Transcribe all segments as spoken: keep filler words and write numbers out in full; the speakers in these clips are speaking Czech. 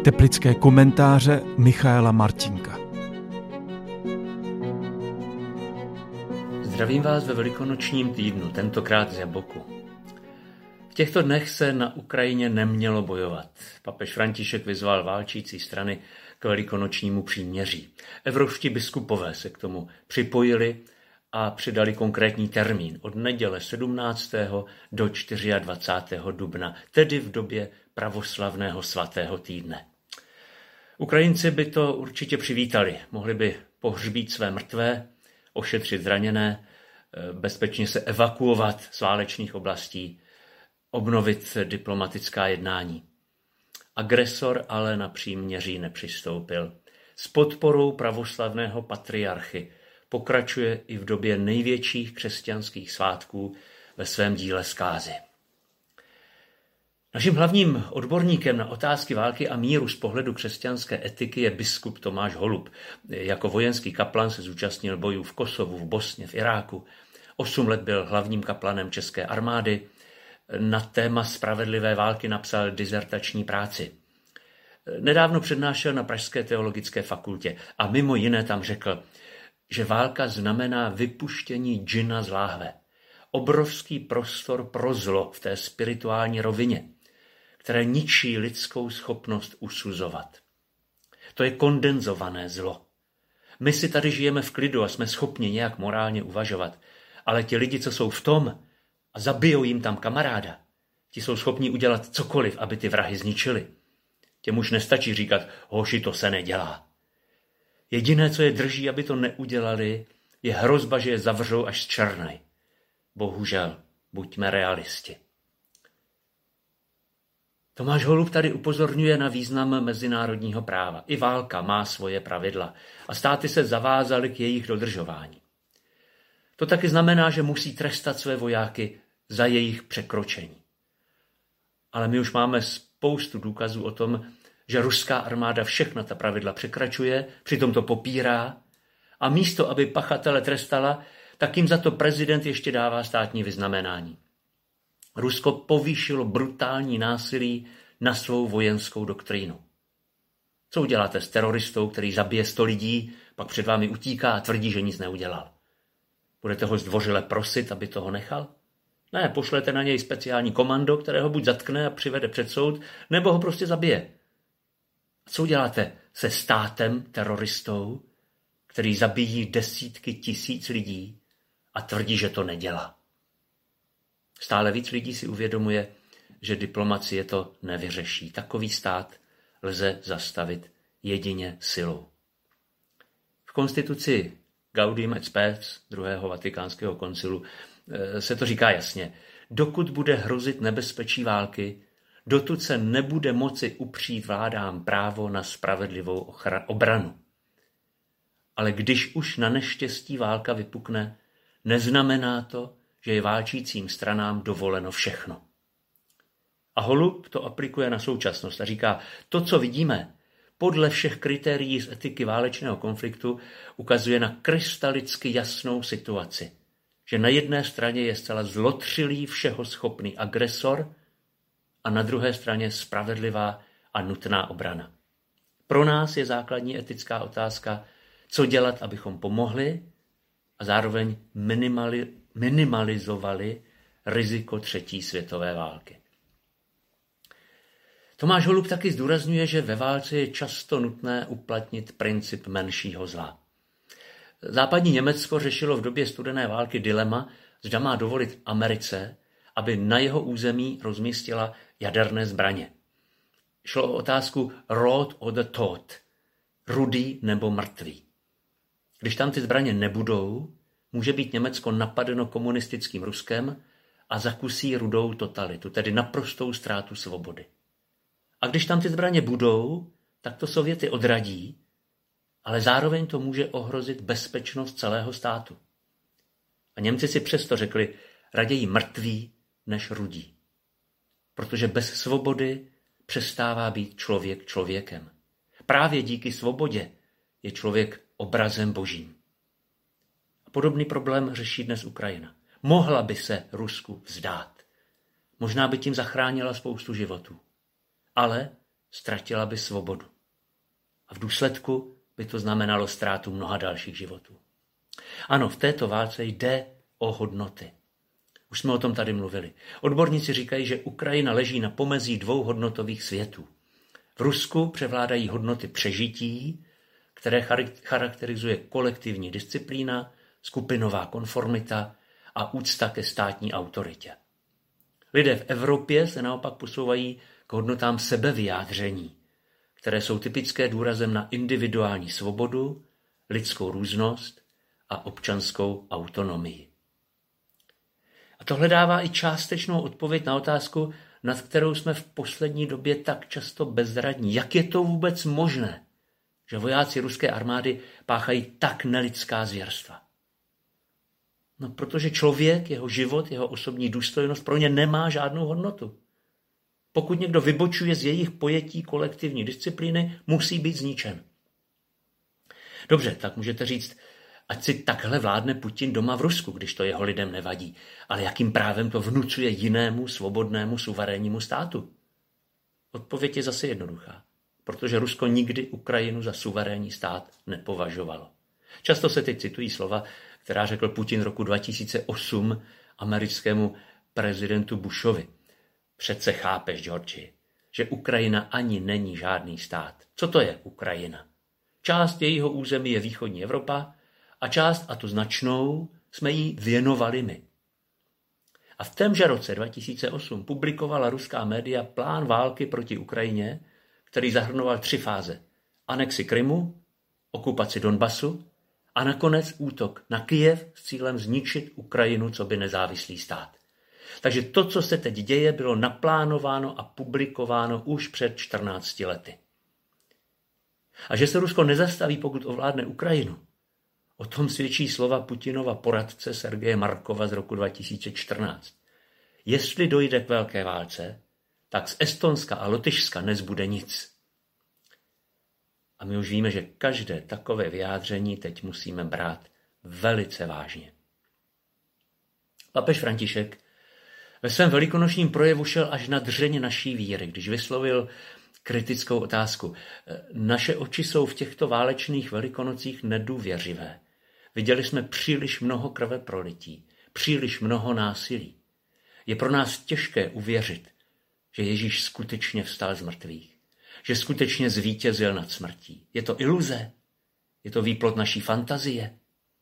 Teplické komentáře Michaela Martinka. Zdravím vás ve velikonočním týdnu, tentokrát z Jaboku. V těchto dnech se na Ukrajině nemělo bojovat. Papež František vyzval válčící strany k velikonočnímu příměří. Evropští biskupové se k tomu připojili a přidali konkrétní termín od neděle sedmnáctého do dvacátého čtvrtého dubna, tedy v době pravoslavného svatého týdne. Ukrajinci by to určitě přivítali, mohli by pohřbít své mrtvé, ošetřit zraněné, bezpečně se evakuovat z válečných oblastí, obnovit diplomatická jednání. Agresor ale na příměří nepřistoupil. S podporou pravoslavného patriarchy pokračuje i v době největších křesťanských svátků ve svém díle zkázy. Naším hlavním odborníkem na otázky války a míru z pohledu křesťanské etiky je biskup Tomáš Holub. Jako vojenský kaplan se zúčastnil bojů v Kosovu, v Bosně, v Iráku. Osm let byl hlavním kaplanem české armády. Na téma spravedlivé války napsal dizertační práci. Nedávno přednášel na Pražské teologické fakultě a mimo jiné tam řekl, že válka znamená vypuštění džina z láhve. Obrovský prostor pro zlo v té spirituální rovině, které ničí lidskou schopnost usuzovat. To je kondenzované zlo. My si tady žijeme v klidu a jsme schopni nějak morálně uvažovat, ale ti lidi, co jsou v tom a zabijou jim tam kamaráda, ti jsou schopni udělat cokoliv, aby ty vrahy zničili. Těm už nestačí říkat, hoši, to se nedělá. Jediné, co je drží, aby to neudělali, je hrozba, že je zavřou až zčernej. Bohužel, buďme realisti. Tomáš Holub tady upozorňuje na význam mezinárodního práva. I válka má svoje pravidla a státy se zavázaly k jejich dodržování. To taky znamená, že musí trestat své vojáky za jejich překročení. Ale my už máme spoustu důkazů o tom, že ruská armáda všechna ta pravidla překračuje, přitom to popírá a místo, aby pachatele trestala, tak jim za to prezident ještě dává státní vyznamenání. Rusko povýšilo brutální násilí na svou vojenskou doktrínu. Co uděláte s teroristou, který zabije sto lidí, pak před vámi utíká a tvrdí, že nic neudělal? Budete ho zdvořile prosit, aby toho nechal? Ne, pošlete na něj speciální komando, které ho buď zatkne a přivede před soud, nebo ho prostě zabije. A co uděláte se státem teroristou, který zabíjí desítky tisíc lidí a tvrdí, že to nedělá? Stále víc lidí si uvědomuje, že diplomacie to nevyřeší. Takový stát lze zastavit jedině silou. V konstituci Gaudium et Spes druhého vatikánského koncilu se to říká jasně. Dokud bude hrozit nebezpečí války, dotud se nebude moci upřít vládám právo na spravedlivou ochra- obranu. Ale když už na neštěstí válka vypukne, neznamená to, že je válčícím stranám dovoleno všechno. A Holub to aplikuje na současnost a říká, to, co vidíme, podle všech kritérií z etiky válečného konfliktu ukazuje na krystalicky jasnou situaci, že na jedné straně je zcela zlotřilý, všeho schopný agresor a na druhé straně spravedlivá a nutná obrana. Pro nás je základní etická otázka, co dělat, abychom pomohli a zároveň minimali, minimalizovali riziko třetí světové války. Tomáš Holub taky zdůrazňuje, že ve válce je často nutné uplatnit princip menšího zla. Západní Německo řešilo v době studené války dilema, zda má dovolit Americe, aby na jeho území rozmístila jaderné zbraně. Šlo o otázku rot oder tot, rudý nebo mrtvý. Když tam ty zbraně nebudou, může být Německo napadeno komunistickým Ruskem a zakusí rudou totalitu, tedy naprostou ztrátu svobody. A když tam ty zbraně budou, tak to Sověty odradí, ale zároveň to může ohrozit bezpečnost celého státu. A Němci si přesto řekli, raději mrtví než rudí. Protože bez svobody přestává být člověk člověkem. Právě díky svobodě je člověk obrazem božím. A podobný problém řeší dnes Ukrajina. Mohla by se Rusku vzdát. Možná by tím zachránila spoustu životů. Ale ztratila by svobodu. A v důsledku by to znamenalo ztrátu mnoha dalších životů. Ano, v této válce jde o hodnoty. Už jsme o tom tady mluvili. Odborníci říkají, že Ukrajina leží na pomezí dvou hodnotových světů. V Rusku převládají hodnoty přežití, které charakterizuje kolektivní disciplína, skupinová konformita a úcta ke státní autoritě. Lidé v Evropě se naopak posouvají k hodnotám sebevyjádření, které jsou typické důrazem na individuální svobodu, lidskou různost a občanskou autonomii. A to hledává i částečnou odpověď na otázku, nad kterou jsme v poslední době tak často bezradní. Jak je to vůbec možné, že vojáci ruské armády páchají tak nelidská zvěrstva? No, protože člověk, jeho život, jeho osobní důstojnost pro ně nemá žádnou hodnotu. Pokud někdo vybočuje z jejich pojetí kolektivní disciplíny, musí být zničen. Dobře, tak můžete říct, ať si takhle vládne Putin doma v Rusku, když to jeho lidem nevadí. Ale jakým právem to vnucuje jinému, svobodnému, suverénnímu státu? Odpověď je zase jednoduchá. Protože Rusko nikdy Ukrajinu za suverénní stát nepovažovalo. Často se teď citují slova, která řekl Putin roku dva tisíce osm americkému prezidentu Bushovi. Přece chápeš, Georgi, že Ukrajina ani není žádný stát. Co to je Ukrajina? Část jejího území je východní Evropa a část, a tu značnou, jsme jí věnovali my. A v témže roce dva tisíce osm publikovala ruská média plán války proti Ukrajině, který zahrnoval tři fáze. Anexi Krymu, okupaci Donbasu a nakonec útok na Kyjev s cílem zničit Ukrajinu coby nezávislý stát. Takže to, co se teď děje, bylo naplánováno a publikováno už před čtrnácti lety. A že se Rusko nezastaví, pokud ovládne Ukrajinu, o tom svědčí slova Putinova poradce Sergeje Markova z roku dva tisíce čtrnáct. Jestli dojde k velké válce, tak z Estonska a Lotyšska nezbude nic. A my už víme, že každé takové vyjádření teď musíme brát velice vážně. Papež František ve svém velikonočním projevu šel až na dřeň naší víry, když vyslovil kritickou otázku. Naše oči jsou v těchto válečných velikonocích nedůvěřivé. Viděli jsme příliš mnoho krve prolití, příliš mnoho násilí. Je pro nás těžké uvěřit, že Ježíš skutečně vstal z mrtvých, že skutečně zvítězil nad smrtí. Je to iluze? Je to výplod naší fantazie?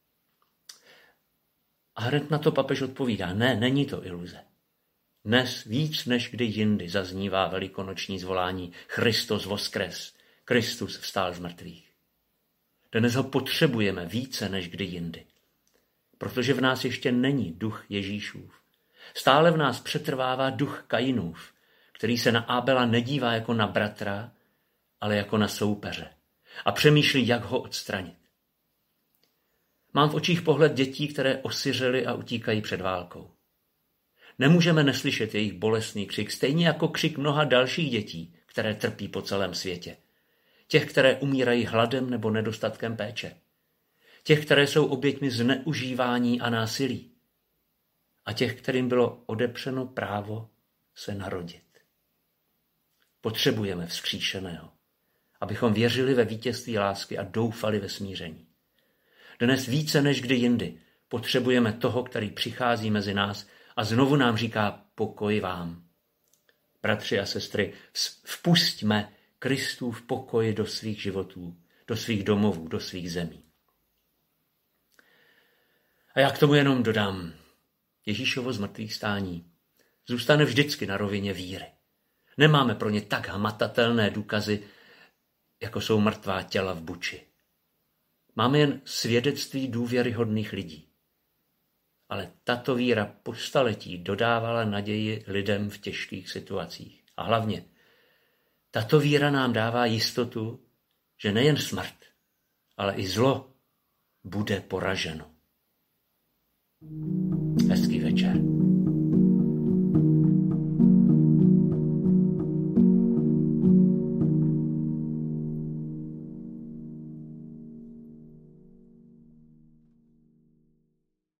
A hned na to papež odpovídá, ne, není to iluze. Dnes víc než kdy jindy zaznívá velikonoční zvolání Christos voskres, Kristus vstál z mrtvých. Dnes ho potřebujeme více než kdy jindy, protože v nás ještě není duch Ježíšův. Stále v nás přetrvává duch Kainův, který se na Ábela nedívá jako na bratra, ale jako na soupeře a přemýšlí, jak ho odstranit. Mám v očích pohled dětí, které osiřely a utíkají před válkou. Nemůžeme neslyšet jejich bolestný křik, stejně jako křik mnoha dalších dětí, které trpí po celém světě. Těch, které umírají hladem nebo nedostatkem péče. Těch, které jsou oběťmi zneužívání a násilí. A těch, kterým bylo odepřeno právo se narodit. Potřebujeme vzkříšeného, abychom věřili ve vítězství lásky a doufali ve smíření. Dnes více než kdy jindy potřebujeme toho, který přichází mezi nás a znovu nám říká pokoj vám. Bratři a sestry, vpusťme Kristův pokoj do svých životů, do svých domovů, do svých zemí. A já k tomu jenom dodám, Ježíšovo zmrtvých stání zůstane vždycky na rovině víry. Nemáme pro ně tak hmatatelné důkazy, jako jsou mrtvá těla v Buči. Máme jen svědectví důvěryhodných lidí. Ale tato víra po staletí dodávala naději lidem v těžkých situacích. A hlavně, tato víra nám dává jistotu, že nejen smrt, ale i zlo bude poraženo. Hezký večer.